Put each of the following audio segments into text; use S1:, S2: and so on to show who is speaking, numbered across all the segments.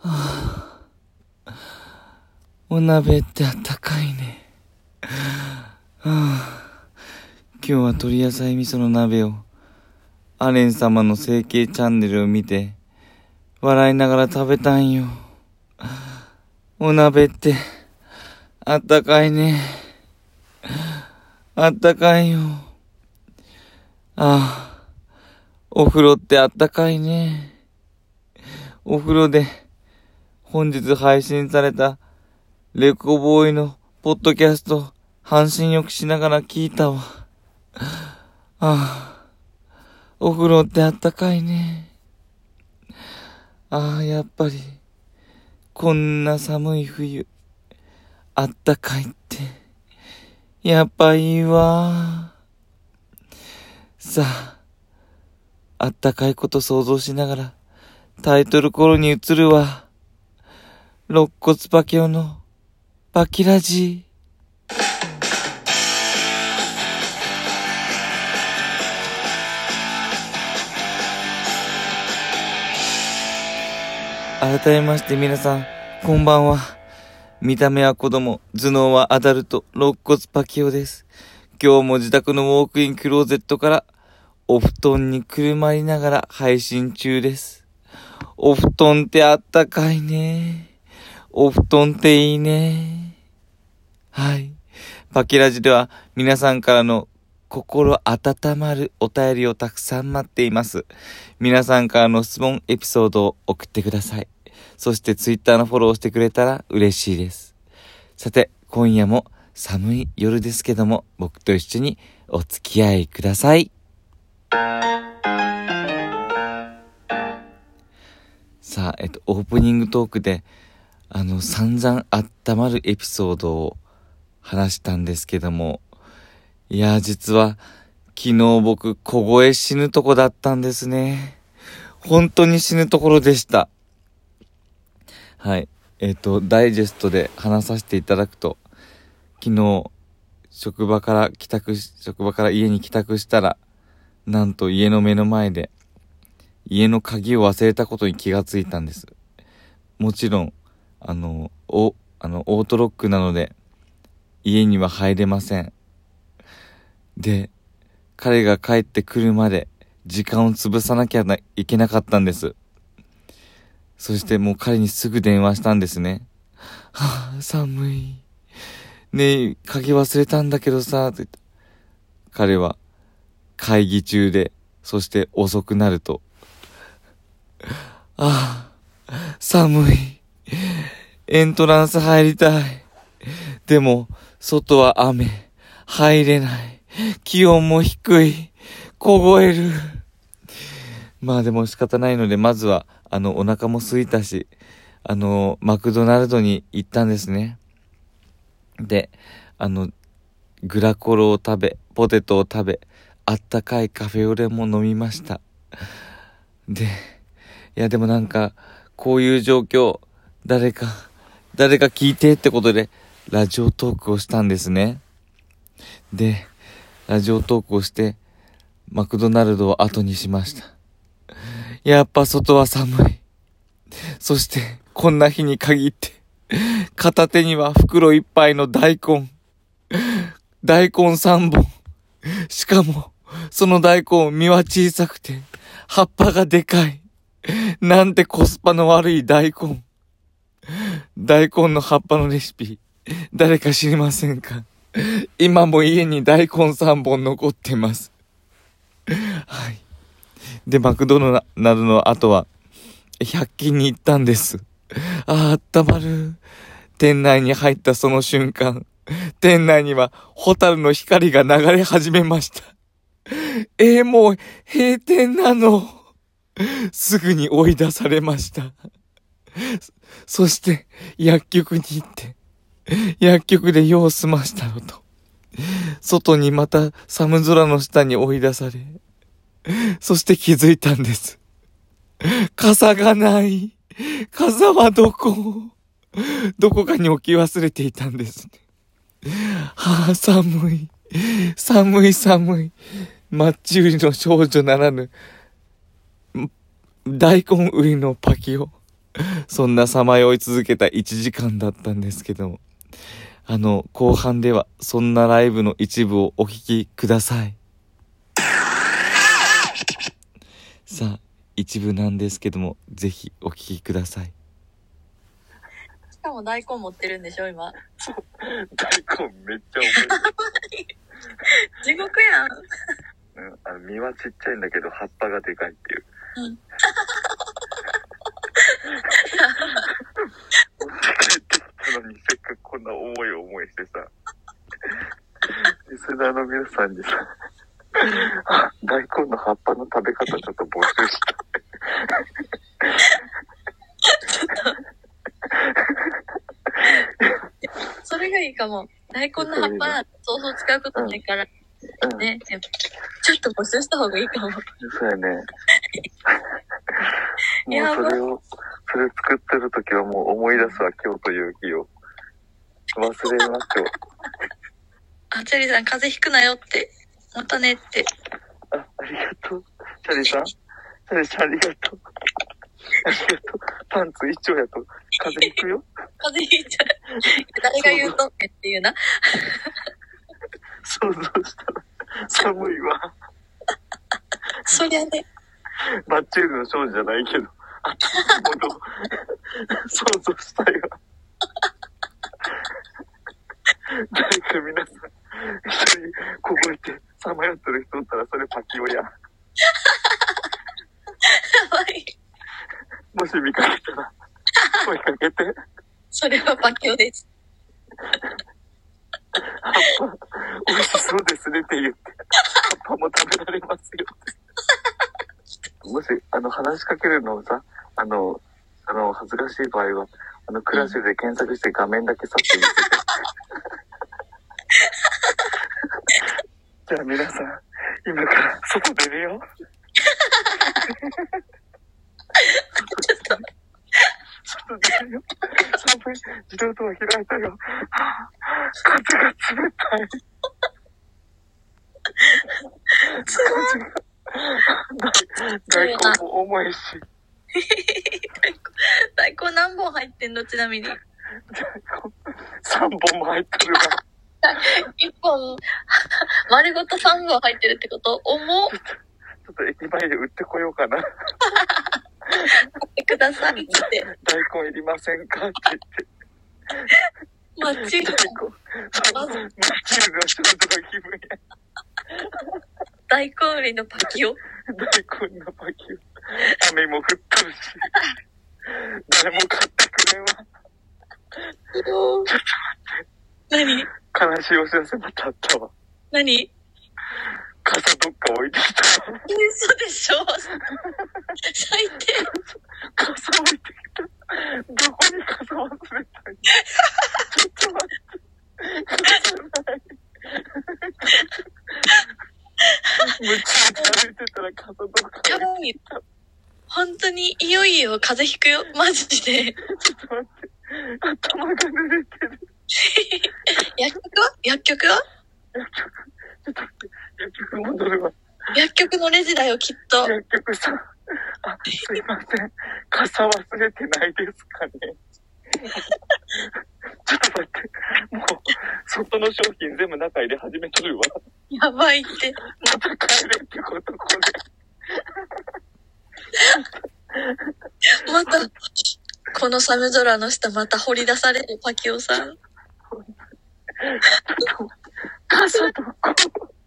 S1: お鍋ってあったかいね。今日は鶏野菜味噌の鍋をアレン様の整形チャンネルを見て笑いながら食べたんよ。お鍋ってあったかいね。あったかいよ。お風呂ってあったかいね。お風呂で本日配信されたレコボーイのポッドキャスト半身浴しながら聞いたわ。お風呂ってあったかいね。やっぱりこんな寒い冬あったかいってやっぱいいわ。さあ、あったかいこと想像しながらタイトルコールに移るわ。肋骨パケオのパキラジ。改めまして皆さん、こんばんは。見た目は子供、頭脳はアダルト、肋骨パキオです。今日も自宅のウォークインクローゼットからお布団にくるまりながら配信中です。お布団ってあったかいね。お布団っていいね。はい。パキラジでは皆さんからの心温まるお便りをたくさん待っています。皆さんからの質問、エピソードを送ってください。そしてツイッターのフォローをしてくれたら嬉しいです。さて、今夜も寒い夜ですけども、僕と一緒にお付き合いください。さあ、オープニングトークで、散々温まるエピソードを話したんですけども、いや、実は、昨日僕、小声死ぬとこだったんですね。本当に死ぬところでした。はい。ダイジェストで話させていただくと、昨日、職場から家に帰宅したら、なんと家の目の前で、家の鍵を忘れたことに気がついたんです。もちろん、オートロックなので、家には入れません。で、彼が帰ってくるまで、時間を潰さなきゃいけなかったんです。そしてもう彼にすぐ電話したんですね。寒い。ねえ、鍵忘れたんだけどさ、と言った。彼は会議中で、そして遅くなると、寒い。エントランス入りたい。でも、外は雨。入れない。気温も低い。凍える。まあでも仕方ないので、まずは、お腹も空いたし、マクドナルドに行ったんですね。で、グラコロを食べ、ポテトを食べ、あったかいカフェオレも飲みました。で、いやでもなんか、こういう状況、誰か聞いてってことで、ラジオトークをしたんですね。で、ラジオトークをして、マクドナルドを後にしました。やっぱ外は寒い。そして、こんな日に限って、片手には袋いっぱいの大根。大根3本。しかも、その大根、実は小さくて、葉っぱがでかい。なんてコスパの悪い大根。大根の葉っぱのレシピ、誰か知りませんか？今も家に大根3本残ってます。はい。で、マクドナルドの後は、100均に行ったんです。あったまる。店内に入ったその瞬間、店内にはホタルの光が流れ始めました。もう閉店なの。すぐに追い出されました。そして薬局に行って、薬局で用を済ましたのと、外にまた寒空の下に追い出され、そして気づいたんです。傘がない。傘はどこかに置き忘れていたんですね。寒い。寒い寒い。マッチ売りの少女ならぬ、大根売りのパキオ。 そんなさまよい続けた1時間だったんですけども、後半ではそんなライブの一部をお聞きください。さあ、一部なんですけども、ぜひお聞きください。
S2: しかも大根持ってるんでしょ今。
S3: 大根めっちゃ重い。
S2: 地獄やん。
S3: 実はちっちゃいんだけど葉っぱがでかいっていう。
S2: うん。
S3: 持って帰ってきたのにせっかくこんな重い思いしてさ、リスナーの皆さんにさ、大根の葉っぱの食べ方ちょっと募集した。
S2: それがいいかも。大根の葉っぱそうそう使うことないから、ね、ちょっと募集した方がいいかも。
S3: そうやね。もうそれ作ってる時はもう思い出すわ、今日という日を。忘れますよ。
S2: あ、チャリさん風邪ひくなよって。またねって。
S3: ありがとう。チャリさんありがとう。ありがとう。パンツ一丁やと風邪ひくよ。
S2: 風邪ひいちゃう。誰が言うとってっていうな。
S3: 想像したら寒いわ。
S2: そりゃね。
S3: バッチリの少女じゃないけど、想像したよ。誰か皆さん、一人凍えてさまよってる人おったらそれパキオや。
S2: やばい。
S3: もし見かけたら声かけて。
S2: それはパキオです。
S3: 葉っぱ美味しそうですねって言って、葉っぱも食べられますよって。もし話しかけるのをさ、恥ずかしい場合はクラシで検索して画面だけさって見せて。じゃあ皆さん、今から外出るよ。外出るよ。寒い。自動ドア開いたよ。風が冷たい。大根も重いし。
S2: 大根何本入ってんのちなみに。
S3: 大根3本も入ってるわ。
S2: 1本丸ごと3本入ってるってこと？重っ。
S3: ちょっと駅前で売ってこようかな。
S2: 買ってくださいって。
S3: 大根いりませんかって言って。
S2: マッチング。
S3: マッチングがちょっと気分や。
S2: 大根売りのパキオ。
S3: 大根のパキオ。雨も降っとるし。誰も買ってくれんわ。ちょっと待って。
S2: 何？
S3: 悲しいお知らせまたあったわ。
S2: 何？
S3: 傘どっか置いてきた。
S2: 嘘でしょ。最低。
S3: 傘置いてきた。どこに傘忘れたん？ちょっと待って。傘ない。夢中で歩いてたら傘どっか
S2: やばい。本当にいよいよ風邪ひくよ。マジで。
S3: ちょっと待って。頭が濡れてる。
S2: 薬局は？薬局は？
S3: 薬局。ちょっと待って。薬局戻るわ。
S2: 薬局のレジだよ、きっと。
S3: 薬局さん。すいません。傘忘れてないですかね。ちょっと待って。もう、外の商品全部中入れ始めとるわ。
S2: やばいって。
S3: また帰れってこと、こ
S2: れ。また、この寒空の下また掘り出されるパキオさん。
S3: 傘どこ？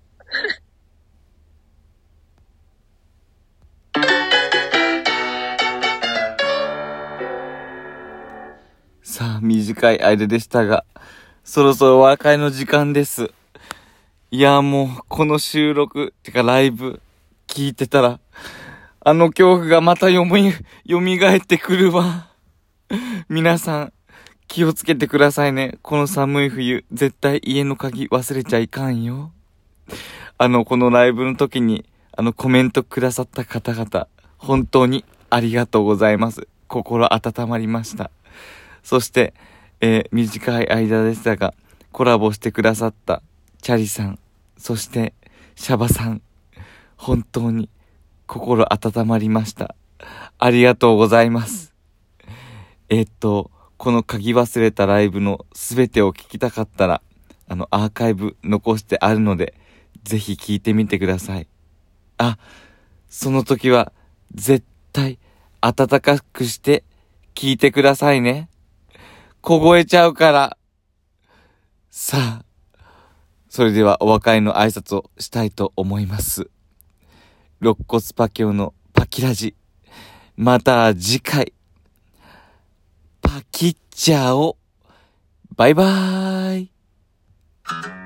S1: さあ、短い間でしたが、そろそろお別れの時間です。いや、もう、この収録、てかライブ、聞いてたら、恐怖がまた蘇ってくるわ。皆さん、気をつけてくださいね。この寒い冬、絶対家の鍵忘れちゃいかんよ。このライブの時に、コメントくださった方々、本当にありがとうございます。心温まりました。そして、短い間でしたが、コラボしてくださったチャリさん、そしてシャバさん、本当に心温まりました。ありがとうございます。 この嗅ぎ忘れたライブのすべてを聞きたかったら、アーカイブ残してあるので、ぜひ聞いてみてください。あ、その時は、絶対、暖かくして聞いてくださいね。凍えちゃうから。さあ、それではお別れの挨拶をしたいと思います。肋骨パキオのパキラジ。また次回、パキッチャオ。バイバーイ。